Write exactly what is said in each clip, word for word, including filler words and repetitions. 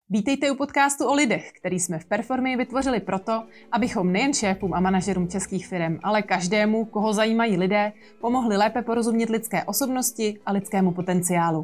Vítejte u podcastu o lidech, který jsme v Performy vytvořili proto, abychom nejen šéfům a manažerům českých firm, ale každému, koho zajímají lidé, pomohli lépe porozumět lidské osobnosti a lidskému potenciálu.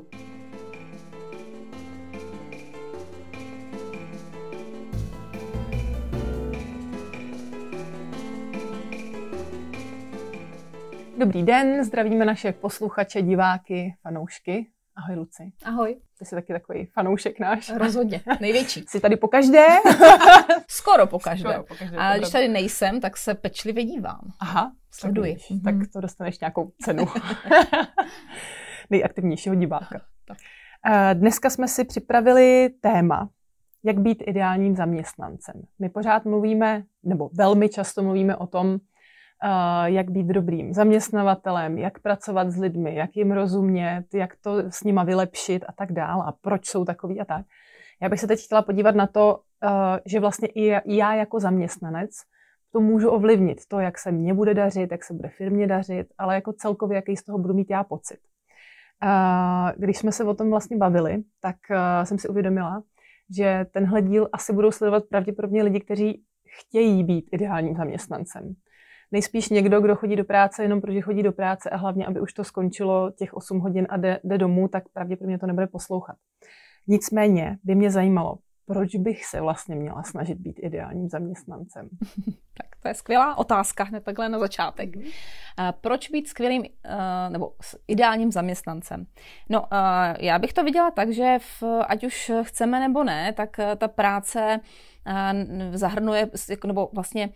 Dobrý den, zdravíme naše posluchače, diváky, fanoušky. Ahoj, Luci. Ahoj. Ty jsi taky takový fanoušek náš. Rozhodně, největší. Jsi tady po každé? Skoro po každé. Skoro po každé. A když tady nejsem, tak se pečlivě dívám. Aha. Sleduji. Tak, mm-hmm. tak to dostaneš nějakou cenu. Nejaktivnějšího diváka. Dneska jsme si připravili téma, jak být ideálním zaměstnancem. My pořád mluvíme, nebo velmi často mluvíme o tom, jak být dobrým zaměstnavatelem, jak pracovat s lidmi, jak jim rozumět, jak to s nima vylepšit a tak dál a proč jsou takový a tak. Já bych se teď chtěla podívat na to, že vlastně i já jako zaměstnanec to můžu ovlivnit, to, jak se mně bude dařit, jak se bude firmě dařit, ale jako celkově, jaký z toho budu mít já pocit. Když jsme se o tom vlastně bavili, tak jsem si uvědomila, že tenhle díl asi budou sledovat pravděpodobně lidi, kteří chtějí být ideálním zaměstnancem. Nejspíš někdo, kdo chodí do práce jenom protože chodí do práce a hlavně, aby už to skončilo těch osm hodin a jde, jde domů, tak pravděpodobně to nebude poslouchat. Nicméně by mě zajímalo, proč bych se vlastně měla snažit být ideálním zaměstnancem? Tak to je skvělá otázka hned takhle na začátek. Mm-hmm. Proč být skvělým nebo ideálním zaměstnancem? No, já bych to viděla tak, že v, ať už chceme nebo ne, tak ta práce zahrnuje, nebo vlastně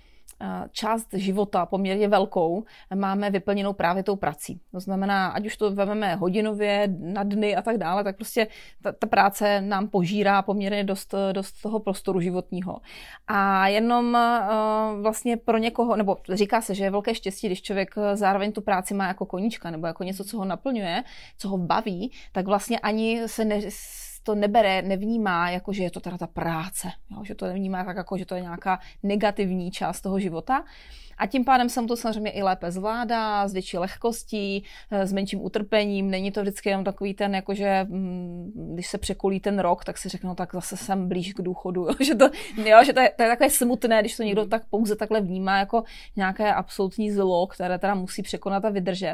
část života poměrně velkou máme vyplněnou právě tou prací. To znamená, ať už to vezmeme hodinově, na dny a tak dále, tak prostě ta, ta práce nám požírá poměrně dost, dost toho prostoru životního. A jenom uh, vlastně pro někoho, nebo říká se, že je velké štěstí, když člověk zároveň tu práci má jako koníčka, nebo jako něco, co ho naplňuje, co ho baví, tak vlastně ani se ne to nebere, nevnímá, jako že je to teda ta práce, jo? Že to nevnímá tak, jako že to je nějaká negativní část toho života. A tím pádem se mu to samozřejmě i lépe zvládá, s větší lehkostí, s menším utrpením. Není to vždycky jenom takový ten, jakože když se překulí ten rok, tak si řeknou, tak zase jsem blíž k důchodu. Jo? Že, to, jo, že to, je, to je takové smutné, když to někdo tak pouze takhle vnímá jako nějaké absolutní zlo, které teda musí překonat a vydržet.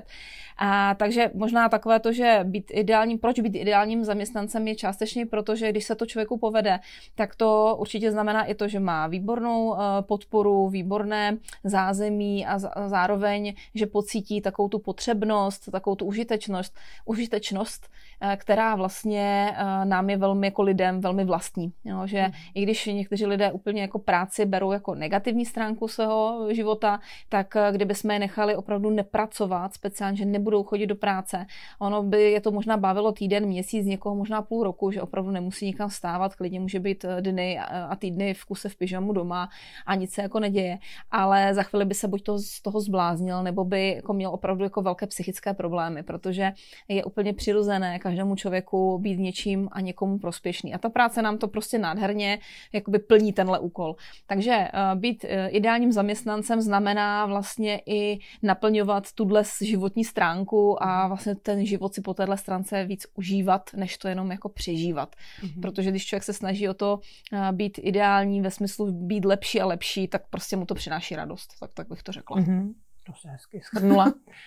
A takže možná takové to, že být ideálním, proč být ideálním zaměstnancem je částečně proto, že když se to člověku povede, tak to určitě znamená i to, že má výbornou podporu, výborné zázemí a zároveň, že pocítí takovou tu potřebnost, takovou tu užitečnost, užitečnost, která vlastně nám je velmi jako lidem velmi vlastní. Jo, že i když někteří lidé úplně jako práci berou jako negativní stránku svého života, tak kdyby jsme je nechali opravdu nepracovat, speciálně, že nebudou chodit do práce, ono by je to možná bavilo týden, měsíc, někoho možná půl roku, že opravdu nemusí nikam vstávat, klidně může být dny a týdny v kuse v pyžamu doma a nic se jako neděje, ale za chvíli by se buď to z toho zbláznil, nebo by jako měl opravdu jako velké psychické problémy, protože je úplně přirozené každému člověku být něčím a někomu prospěšný. A ta práce nám to prostě nádherně jakoby plní tenhle úkol. Takže uh, být uh, ideálním zaměstnancem znamená vlastně i naplňovat tuhle životní stránku a vlastně ten život si po téhle stránce víc užívat, než to jenom jako přežívat. Mm-hmm. Protože když člověk se snaží o to uh, být ideální ve smyslu být lepší a lepší, tak prostě mu to přináší radost. Tak, tak bych to řekla. Mm-hmm. To se hezky shrnula.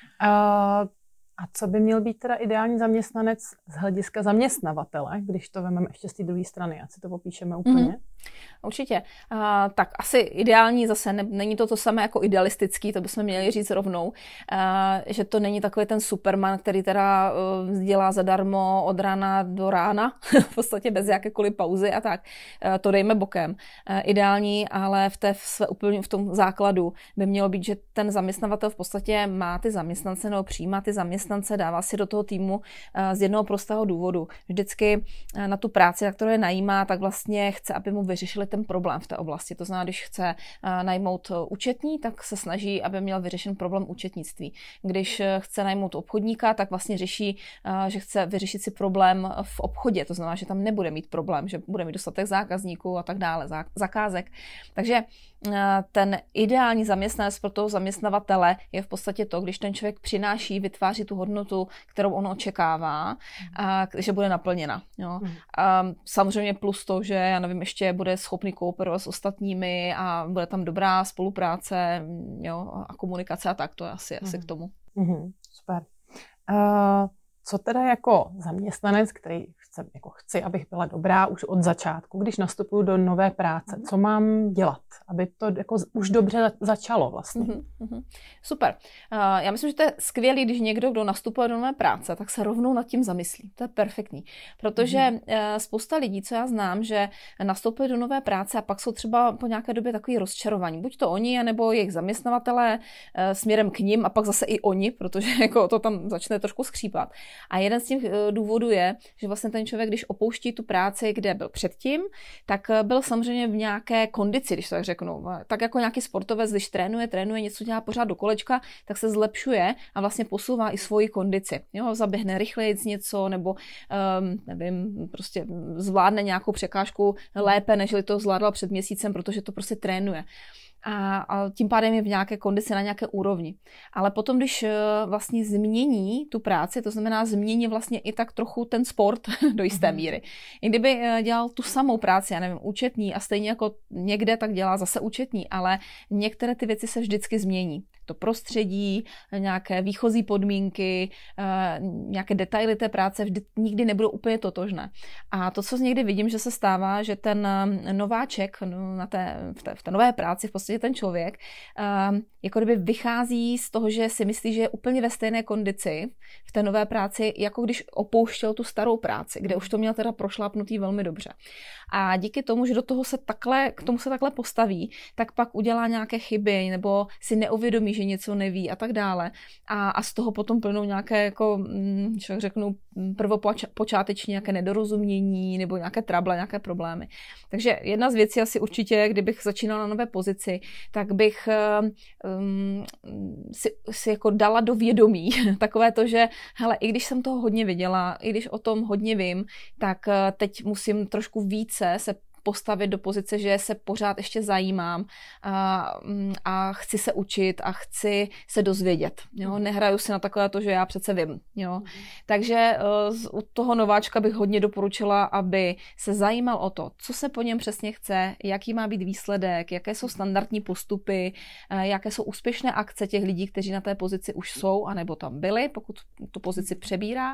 uh, A co by měl být teda ideální zaměstnanec z hlediska zaměstnavatele, když to vezmeme ještě z té druhé strany, ať si to popíšeme úplně? Mm-hmm. Určitě. Uh, tak asi ideální zase, ne, není to to samé jako idealistický, to bychom měli říct rovnou, uh, že to není takový ten Superman, který teda uh, dělá zadarmo od rána do rána, v podstatě bez jakékoliv pauzy a tak. Uh, to dejme bokem. Uh, ideální, ale v, té, v, úplně v tom základu by mělo být, že ten zaměstnavatel v podstatě má ty zaměstnance nebo přijímá ty zaměstnance, dává si do toho týmu uh, z jednoho prostého důvodu. Vždycky uh, na tu práci, na kterou je najímá, tak vlastně chce, aby mu vyřešili ten problém v té oblasti. To znamená, když chce najmout účetní, tak se snaží, aby měl vyřešen problém účetnictví. Když chce najmout obchodníka, tak vlastně řeší, že chce vyřešit si problém v obchodě. To znamená, že tam nebude mít problém, že bude mít dostatek zákazníků a tak dále, zakázek. Takže ten ideální zaměstnanec pro toho zaměstnavatele je v podstatě to, když ten člověk přináší, vytváří tu hodnotu, kterou on očekává, a, že bude naplněna. Jo. A samozřejmě plus to, že já nevím, ještě bude schopný kooperovat s ostatními a bude tam dobrá spolupráce, jo, a komunikace a tak, to je asi, mm. asi k tomu. Mm, super. Uh, co teda jako zaměstnanec, který chce, jako chci, abych byla dobrá už od začátku, když nastupuju do nové práce, co mám dělat, aby to jako už dobře začalo vlastně? Mm-hmm. Super. Uh, já myslím, že to je skvělý, když někdo, kdo nastupuje do nové práce, tak se rovnou nad tím zamyslí. To je perfektní. Protože mm-hmm. uh, spousta lidí, co já znám, že nastoupí do nové práce a pak jsou třeba po nějaké době takový rozčarovaní. Buď to oni, anebo jejich zaměstnavatelé uh, směrem k nim a pak zase i oni, protože jako to tam začne trošku skřípat. A jeden z těch uh, důvodů je, že vlastně ten člověk, když opouští tu práci, kde byl předtím, tak byl samozřejmě v nějaké kondici, když to tak řeknu. Tak jako nějaký sportovec, když trénuje, trénuje, něco dělá pořád do kolečka, tak se zlepšuje a vlastně posouvá i svoji kondici. Jo, zaběhne rychleji něco, nebo um, nevím, prostě zvládne nějakou překážku lépe, než to zvládal před měsícem, protože to prostě trénuje. A, a tím pádem je v nějaké kondici, na nějaké úrovni. Ale potom, když vlastně změní tu práci, to znamená změní vlastně i tak trochu ten sport do jisté míry. I kdyby dělal tu samou práci, já nevím, účetní a stejně jako někde, tak dělá zase účetní, ale některé ty věci se vždycky změní. To prostředí, nějaké výchozí podmínky, nějaké detaily té práce vždy, nikdy nebudou úplně totožné. A to, co někdy vidím, že se stává, že ten nováček na té, v, té, v té nové práci, v podstatě ten člověk, jako kdyby vychází z toho, že si myslí, že je úplně ve stejné kondici v té nové práci, jako když opouštěl tu starou práci, kde už to měl teda prošlápnutý velmi dobře. A díky tomu, že do toho se takhle, k tomu se takhle postaví, tak pak udělá nějaké chyby, nebo si neuvědomí, že něco neví a tak dále. A, a z toho potom plynou nějaké, jako, jak řeknu, prvopočáteční nějaké nedorozumění nebo nějaké trable, nějaké problémy. Takže jedna z věcí asi určitě, kdybych začínala na nové pozici, tak bych um, si, si jako dala do vědomí takové to, že hele, i když jsem toho hodně viděla, i když o tom hodně vím, tak teď musím trošku více se postavit do pozice, že se pořád ještě zajímám a, a chci se učit a chci se dozvědět. Jo? Nehraju si na takové to, že já přece vím. Jo? Takže uh, u toho nováčka bych hodně doporučila, aby se zajímal o to, co se po něm přesně chce, jaký má být výsledek, jaké jsou standardní postupy, uh, jaké jsou úspěšné akce těch lidí, kteří na té pozici už jsou, anebo tam byli, pokud tu pozici přebírá.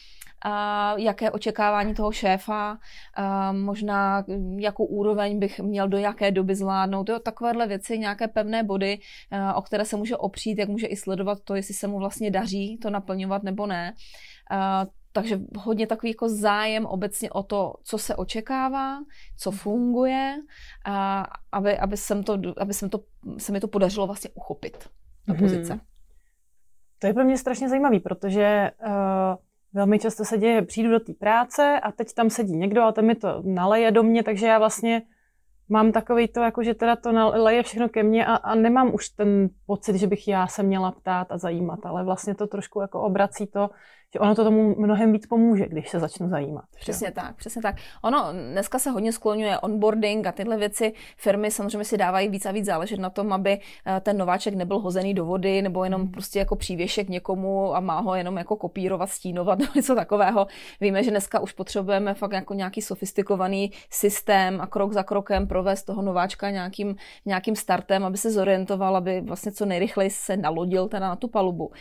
A jaké očekávání toho šéfa, a možná jakou úroveň bych měl do jaké doby zvládnout. Jo, takovéhle věci, nějaké pevné body, o které se může opřít, jak může i sledovat to, jestli se mu vlastně daří to naplňovat nebo ne. A takže hodně takový jako zájem obecně o to, co se očekává, co funguje, a aby, aby, jsem to, aby jsem to, se mi to podařilo vlastně uchopit do pozice. Hmm. To je pro mě strašně zajímavý, protože uh... velmi často se děje, přijdu do té práce a teď tam sedí někdo a ten mi to naleje do mě, takže já vlastně mám takový to, jako že teda to naleje všechno ke mně a, a nemám už ten pocit, že bych já se měla ptát a zajímat, ale vlastně to trošku jako obrací to, že ono to tomu mnohem víc pomůže, když se začnu zajímat. Přesně jo? tak, přesně tak. Ono dneska se hodně skloňuje onboarding a tyhle věci. Firmy samozřejmě si dávají víc a víc záležet na tom, aby ten nováček nebyl hozený do vody nebo jenom hmm. prostě jako přívěšek někomu a má ho jenom jako kopírovat, stínovat nebo něco takového. Víme, že dneska už potřebujeme fakt jako nějaký sofistikovaný systém a krok za krokem provést toho nováčka nějakým, nějakým startem, aby se zorientoval, aby vlastně co nejrychleji se nalodil teda na tu palubu.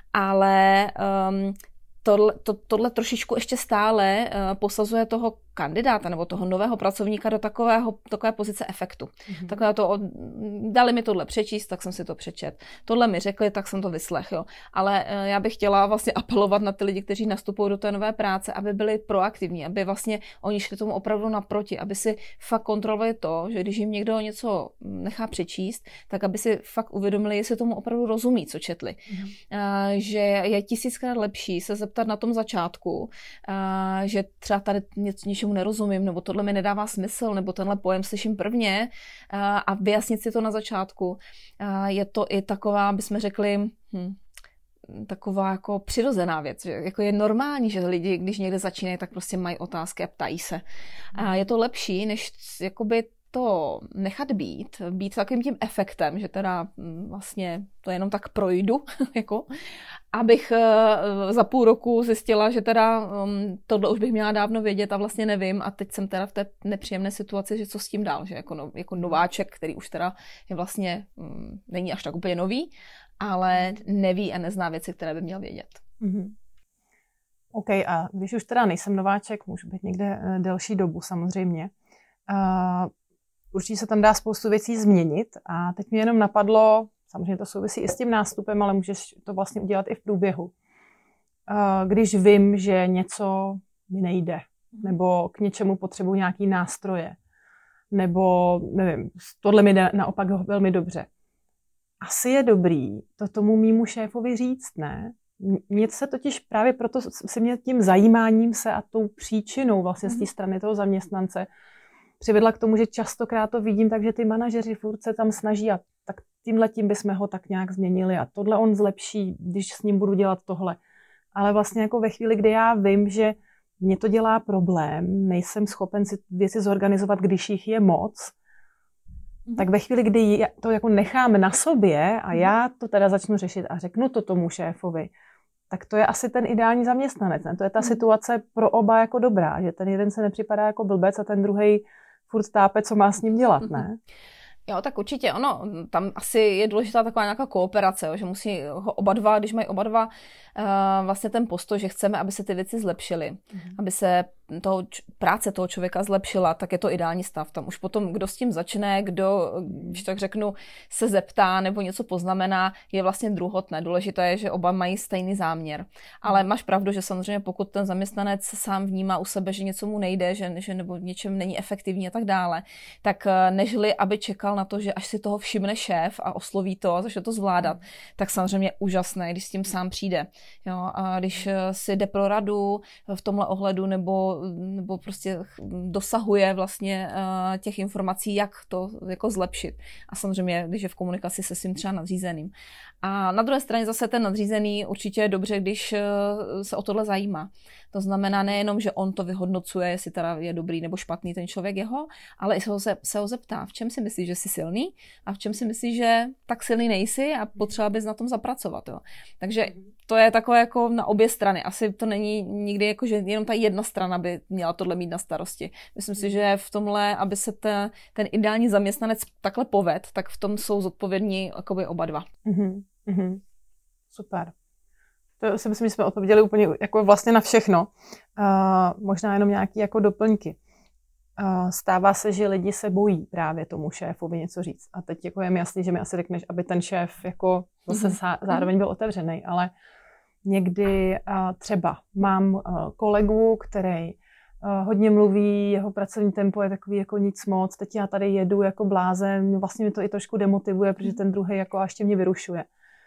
Ale um, Tohle, to, tohle trošičku ještě stále uh, posazuje toho kandidáta nebo toho nového pracovníka do takového, takové pozice efektu. Mm-hmm. Takové to, od, dali mi tohle přečíst, tak jsem si to přečet. Tohle mi řekli, tak jsem to vyslechl. Jo. Ale uh, já bych chtěla vlastně apelovat na ty lidi, kteří nastupují do té nové práce, aby byli proaktivní, aby vlastně oni šli tomu opravdu naproti, aby si fakt kontrolovali to, že když jim někdo něco nechá přečíst, tak aby si fakt uvědomili, jestli tomu opravdu rozumí, co četli. Mm-hmm. Uh, že je tisíckrát lepší se zeptat na tom začátku, uh, že třeba tady něco, něčemu nerozumím, nebo tohle mi nedává smysl, nebo tenhle pojem slyším prvně uh, a vyjasnit si to na začátku. Uh, je to i taková, bychom řekli, hm, taková jako přirozená věc. Že jako je normální, že lidi, když někde začínají, tak prostě mají otázky a ptají se. A je to lepší, než jakoby to nechat být, být takovým tím efektem, že teda vlastně to jenom tak projdu, jako, abych za půl roku zjistila, že teda tohle už bych měla dávno vědět a vlastně nevím a teď jsem teda v té nepříjemné situaci, že co s tím dál, že jako, no, jako nováček, který už teda je vlastně, není až tak úplně nový, ale neví a nezná věci, které by měl vědět. Mm-hmm. OK, a když už teda nejsem nováček, můžu být někde delší dobu samozřejmě, uh, určitě se tam dá spoustu věcí změnit a teď mi jenom napadlo, samozřejmě to souvisí i s tím nástupem, ale můžeš to vlastně udělat i v průběhu. Uh, když vím, že něco mi nejde, nebo k něčemu potřebuji nějaký nástroje, nebo nevím, tohle mi jde naopak velmi dobře. Asi je dobrý to tomu mýmu šéfovi říct, ne? Mě se totiž právě proto si mě tím zajímáním se a tou příčinou vlastně z té strany toho zaměstnance přivedla k tomu, že častokrát to vidím, takže ty manažeři furt se tam snaží a tak tímhletím bychom ho tak nějak změnili a tohle on zlepší, když s ním budu dělat tohle. Ale vlastně jako ve chvíli, kdy já vím, že mě to dělá problém, nejsem schopen si věci zorganizovat, když jich je moc, tak ve chvíli, kdy to jako necháme na sobě a já to teda začnu řešit a řeknu to tomu šéfovi, tak to je asi ten ideální zaměstnanec. Ne? To je ta situace pro oba jako dobrá, že ten jeden se nepřipadá jako blbec a ten druhej furt tápe, co má s ním dělat, ne? Jo, tak určitě, ono, tam asi je důležitá taková nějaká kooperace, jo, že musí ho oba dva, když mají oba dva uh, vlastně ten postoj, že chceme, aby se ty věci zlepšily, mm. aby se toho, práce toho člověka zlepšila, tak je to ideální stav. Tam už potom, kdo s tím začne, kdo, když tak řeknu, se zeptá nebo něco poznamená, je vlastně druhotné. Důležité je, že oba mají stejný záměr. Ale máš pravdu, že samozřejmě pokud ten zaměstnanec sám vnímá u sebe, že něco mu nejde, že, že nebo něčem není efektivní a tak dále, tak nežli, aby čekal na to, že až si toho všimne šéf a osloví to a začne to zvládat, tak samozřejmě úžasné, když s tím sám přijde. Jo, a když si jde pro radu v tomhle ohledu nebo, nebo prostě dosahuje vlastně uh, těch informací, jak to jako zlepšit. A samozřejmě, když je v komunikaci se svým třeba nadřízeným. A na druhé straně zase ten nadřízený určitě je dobře, když uh, se o tohle zajímá. To znamená nejenom, že on to vyhodnocuje, jestli teda je dobrý nebo špatný ten člověk jeho, ale i se ho, se, se ho zeptá, v čem si myslíš, že jsi silný a v čem si myslíš, že tak silný nejsi a potřeba bys na tom zapracovat. Jo. Takže to je takové jako na obě strany. Asi to není nikdy jako, že jenom ta jedna strana by měla tohle mít na starosti. Myslím si, že v tomhle, aby se te, ten ideální zaměstnanec takhle poved, tak v tom jsou zodpovědní jakoby oba dva. Mm-hmm. Mm-hmm. Super. To si myslím, že jsme odpověděli úplně jako vlastně na všechno. Uh, možná jenom nějaké jako doplňky. Uh, stává se, že lidi se bojí právě tomu šéfovi něco říct. A teď jako je mi jasný, že mi asi řekneš, aby ten šéf jako zase mm-hmm. zároveň byl otevřený, ale někdy uh, třeba mám uh, kolegu, který uh, hodně mluví, jeho pracovní tempo je takový jako nic moc, teď já tady jedu jako blázen, vlastně mi to i trošku demotivuje, protože ten druhý jako ještě mě vyrušuje.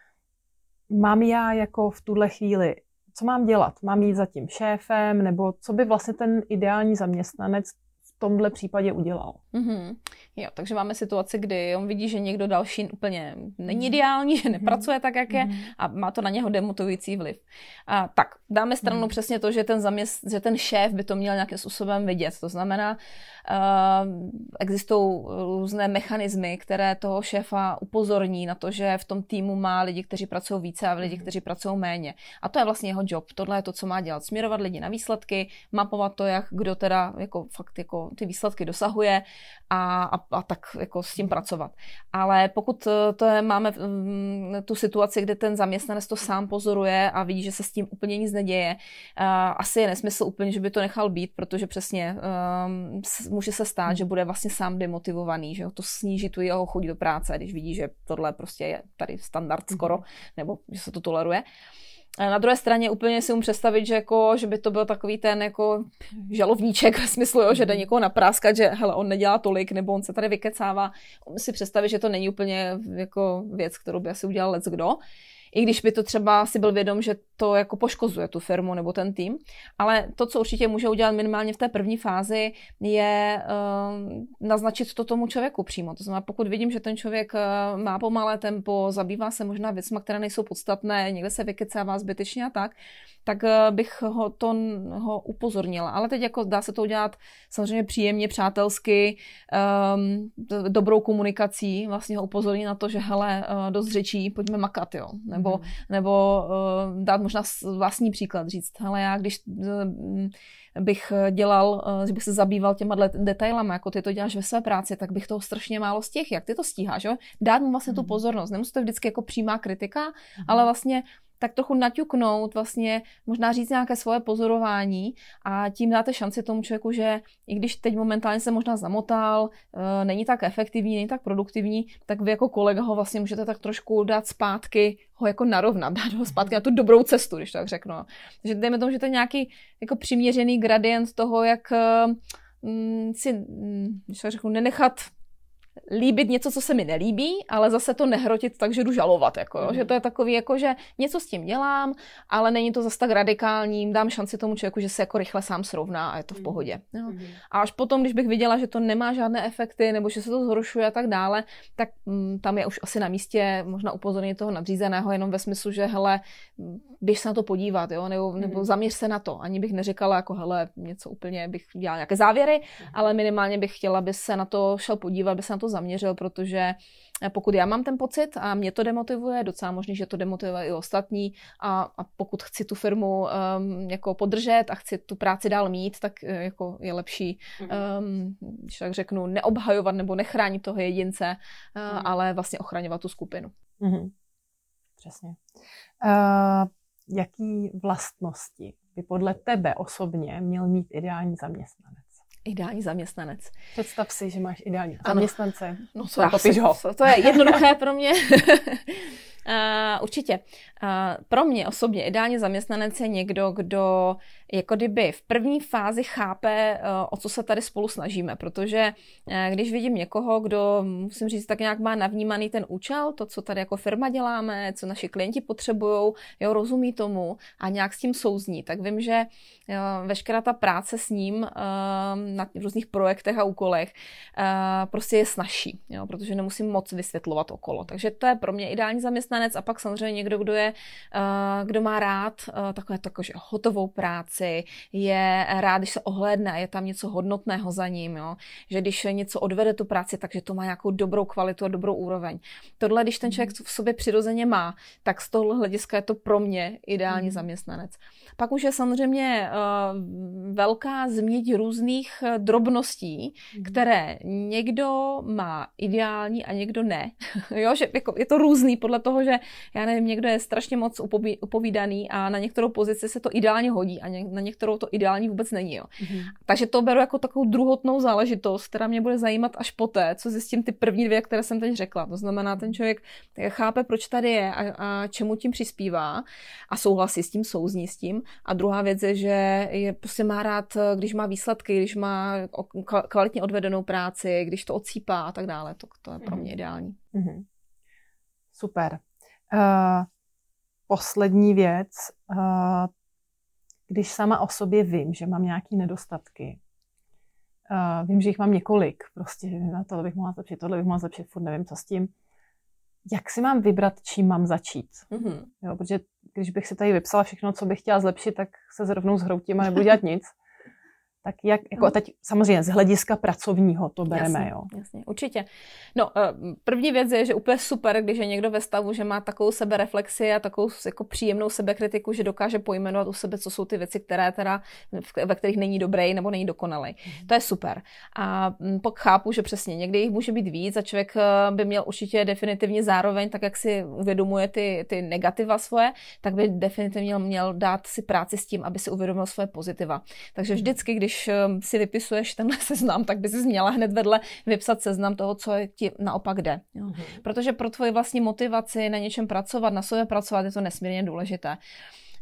Mám já jako v tuhle chvíli, co mám dělat? Mám jít za tím šéfem, nebo co by vlastně ten ideální zaměstnanec v tomhle případě udělal? Mm-hmm. Jo, takže máme situaci, kdy on vidí, že někdo další úplně není ideální, že nepracuje tak, jak je a má to na něho demotivující vliv. A tak, dáme stranou mm. přesně to, že ten, zaměst, že ten šéf by to měl nějakým způsobem vidět. To znamená, uh, existují různé mechanismy, které toho šéfa upozorní na to, že v tom týmu má lidi, kteří pracují více a lidi, kteří pracují méně. A to je vlastně jeho job. Tohle je to, co má dělat. Směrovat lidi na výsledky, mapovat to, jak kdo teda jako fakt jako ty výsledky dosahuje a, a a tak jako s tím pracovat. Ale pokud to je, máme tu situaci, kde ten zaměstnanec to sám pozoruje a vidí, že se s tím úplně nic neděje, asi je nesmysl úplně, že by to nechal být, protože přesně um, může se stát, že bude vlastně sám demotivovaný, že to sníží tu jeho chuť do práce, když vidí, že tohle prostě je tady standard skoro, nebo že se to toleruje. Na druhé straně úplně si umím představit, že, jako, že by to byl takový ten jako žalovníček ve smyslu, jo, že jde někoho napráskat, že hele, on nedělá tolik, nebo on se tady vykecává. Umím si představit, že to není úplně jako věc, kterou by asi udělal leckdo. i když by to třeba si byl vědom, že to jako poškozuje tu firmu nebo ten tým. Ale to, co určitě může udělat minimálně v té první fázi, je uh, naznačit to tomu člověku přímo. To znamená, pokud vidím, že ten člověk uh, má pomalé tempo, zabývá se možná věcmi, které nejsou podstatné, někde se vykecává zbytečně a tak, tak uh, bych ho to ho upozornila. Ale teď jako dá se to udělat samozřejmě příjemně, přátelsky, um, dobrou komunikací, vlastně ho upozornit na to, že hele, uh, dost řečí, pojďme makat, jo. Nebo, mm. nebo uh, dát možná vlastní příklad, říct, hele, já když uh, bych dělal, že bych se zabýval těma detailama, jako ty to děláš ve své práci, tak bych toho strašně málo stihl. Jak ty to stíháš, jo? Dát mu vlastně tu pozornost. Nemusí to vždycky jako přímá kritika, mm. ale vlastně tak trochu naťuknout, vlastně možná říct nějaké svoje pozorování a tím dáte šanci tomu člověku, že i když teď momentálně se možná zamotal, není tak efektivní, není tak produktivní, tak vy jako kolega ho vlastně můžete tak trošku dát zpátky, ho jako narovnat, dát ho zpátky na tu dobrou cestu, když tak řeknu. Takže dejme tomu, že to je nějaký jako přiměřený gradient toho, jak mm, si, když tak řeknu, nenechat líbit něco, co se mi nelíbí, ale zase to nehrotit tak, že jdu žalovat. Jako, mm. Že to je takový, jako, že něco s tím dělám, ale není to zase tak radikální, dám šanci tomu člověku, že se jako rychle sám srovná a je to v pohodě. Jo. Mm. A až potom, když bych viděla, že to nemá žádné efekty, nebo že se to zhoršuje a tak dále, tak mm, tam je už asi na místě možná upozornit toho nadřízeného, jenom ve smyslu, že hele, běž se na to podívat, jo, nebo, mm. nebo zaměř se na to. Ani bych neříkala, jako hele, něco úplně, bych dělala nějaké závěry, mm. ale minimálně bych chtěla, aby se na to šel podívat, aby se na to zaměřil, protože pokud já mám ten pocit a mě to demotivuje, docela možný, že to demotivuje i ostatní a, a pokud chci tu firmu um, jako podržet a chci tu práci dál mít, tak uh, jako je lepší, um, když tak řeknu, neobhajovat nebo nechránit toho jedince, uh, mm. ale vlastně ochraňovat tu skupinu. Mm-hmm. Přesně. Uh, jaký vlastnosti by podle tebe osobně měl mít ideální zaměstnanec? Ideální zaměstnanec. Představ si, že máš ideální zaměstnance. No, to, asi, ho. To je jednoduché pro mě. Uh, určitě. Uh, pro mě osobně ideální zaměstnanec je někdo, kdo jako kdyby v první fázi chápe, uh, o co se tady spolu snažíme, protože uh, když vidím někoho, kdo, musím říct, tak nějak má navnímaný ten účel, to, co tady jako firma děláme, co naši klienti potřebujou, jo, rozumí tomu a nějak s tím souzní, tak vím, že uh, veškerá ta práce s ním uh, na různých projektech a úkolech uh, prostě je snazší, jo, protože nemusím moc vysvětlovat okolo. Takže to je pro mě ideální zaměstnanec. A pak samozřejmě někdo, kdo je, uh, kdo má rád uh, takové tako, že hotovou práci, je rád, když se ohlédne, je tam něco hodnotného za ním, jo? Že když něco odvede tu práci, takže to má nějakou dobrou kvalitu a dobrou úroveň. Tohle, když ten člověk v sobě přirozeně má, tak z tohohle hlediska je to pro mě ideální mm. zaměstnanec. Pak už je samozřejmě uh, velká změť různých uh, drobností, mm. které někdo má ideální a někdo ne. Jo? Že jako, je to různý podle toho, že já nevím, někdo je strašně moc upoví, upovídaný a na některou pozici se to ideálně hodí a ně, na některou to ideální vůbec není. Jo. Mm-hmm. Takže to beru jako takovou druhotnou záležitost, která mě bude zajímat až poté, co zjistím ty první dvě, které jsem teď řekla. To znamená, ten člověk chápe, proč tady je a, a čemu tím přispívá a souhlasí s tím, souzní s tím. A druhá věc je, že je, prostě má rád, když má výsledky, když má kvalitně odvedenou práci, když to odsýpá a tak dále. To, to je pro mě ideální. Mm-hmm. Super. Uh, poslední věc. Uh, když sama o sobě vím, že mám nějaké nedostatky, uh, vím, že jich mám několik, prostě vím, na tohle bych mohla zlepšit, tohle bych mohla zlepšit, furt nevím, co s tím. Jak si mám vybrat, čím mám začít? Mm-hmm. Jo, protože když bych si tady vypsala všechno, co bych chtěla zlepšit, tak se zrovnou zhroutím a nebudu dělat nic. Tak jak, jako teď samozřejmě z hlediska pracovního to bereme, jasně, jo. Jasně, určitě. No, první věc je, že úplně super, když je někdo ve stavu, že má takovou sebereflexi a takovou jako příjemnou sebekritiku, že dokáže pojmenovat u sebe, co jsou ty věci, které teda, ve kterých není dobrý nebo není dokonalý. Mm. To je super. A pak chápu, že přesně někdy jich může být víc a člověk by měl určitě definitivně zároveň, tak jak si uvědomuje ty, ty negativa svoje, tak by definitivně měl dát si práci s tím, aby si uvědomil svoje pozitiva. Takže vždycky, když si vypisuješ tenhle seznam, tak bys měla hned vedle vypsat seznam toho, co ti naopak jde. Jo. Mm-hmm. Protože pro tvoji vlastní motivaci na něčem pracovat, na sobě pracovat, je to nesmírně důležité.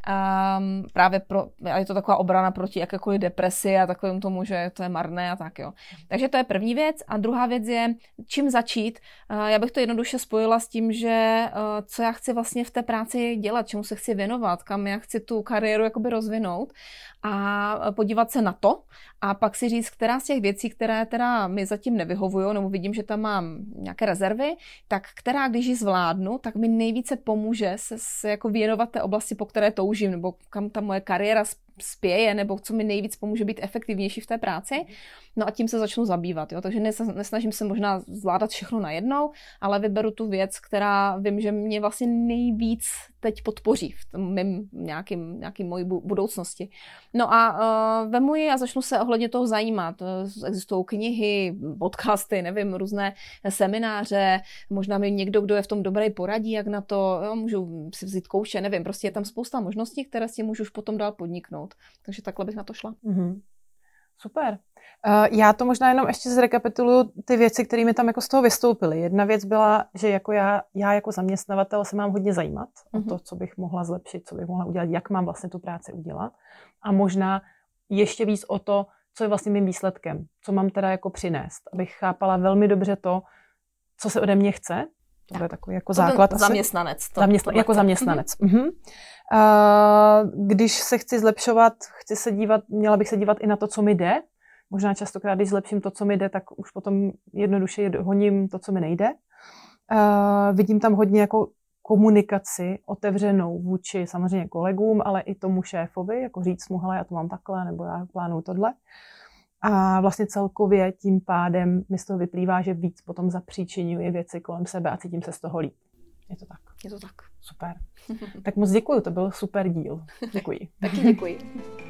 Um, právě pro, je to taková obrana proti jakékoliv depresi a takovým tomu, že to je marné a tak jo. Takže to je první věc. A druhá věc je, čím začít. Uh, já bych to jednoduše spojila s tím, že uh, co já chci vlastně v té práci dělat, čemu se chci věnovat, kam já chci tu kariéru jakoby rozvinout a podívat se na to a pak si říct, která z těch věcí, které teda mi zatím nevyhovují, nebo vidím, že tam mám nějaké rezervy, tak která, když ji zvládnu, tak mi nejvíce pomůže se, se jako věnovat té oblasti, po které toužím, nebo kam ta moje kariéra spěje, nebo co mi nejvíc pomůže být efektivnější v té práci. No a tím se začnu zabývat. Jo? Takže nesnažím se možná zvládat všechno najednou, ale vyberu tu věc, která vím, že mě vlastně nejvíc teď podpoří v tom mým nějakým, nějakým mojí budoucnosti. No a uh, vemu ji a začnu se ohledně toho zajímat. Existují knihy, podcasty, nevím, různé semináře, možná mi někdo, kdo je v tom dobrý, poradí, jak na to, jo, můžu si vzít kouče, nevím, prostě je tam spousta možností, které si můžu už potom dál podniknout. Takže takhle bych na to šla. Mm-hmm. Super. Uh, já to možná jenom ještě zrekapituluju ty věci, které mi tam jako z toho vystoupily. Jedna věc byla, že jako já, já jako zaměstnavatel se mám hodně zajímat mm-hmm. o to, co bych mohla zlepšit, co bych mohla udělat, jak mám vlastně tu práci udělat. A možná ještě víc o to, co je vlastně mým výsledkem, co mám teda jako přinést, abych chápala velmi dobře to, co se ode mě chce. To je takový jako základ. Asi. Zaměstnanec. To, Zaměstna, to jako zaměstnanec. Mm-hmm. Uh, když se chci zlepšovat, chci se dívat, měla bych se dívat i na to, co mi jde. Možná častokrát, když zlepším to, co mi jde, tak už potom jednoduše honím to, co mi nejde. Uh, vidím tam hodně jako komunikaci otevřenou vůči samozřejmě kolegům, ale i tomu šéfovi, jako říct mu, hele, já to mám takhle, nebo já plánuju tohle. A vlastně celkově tím pádem mi z toho vyplývá, že víc potom zapříčiňuji věci kolem sebe a cítím se z toho líp. Je to tak. Je to tak. Super. Tak moc děkuju, to byl super díl. Děkuji. Taky děkuji.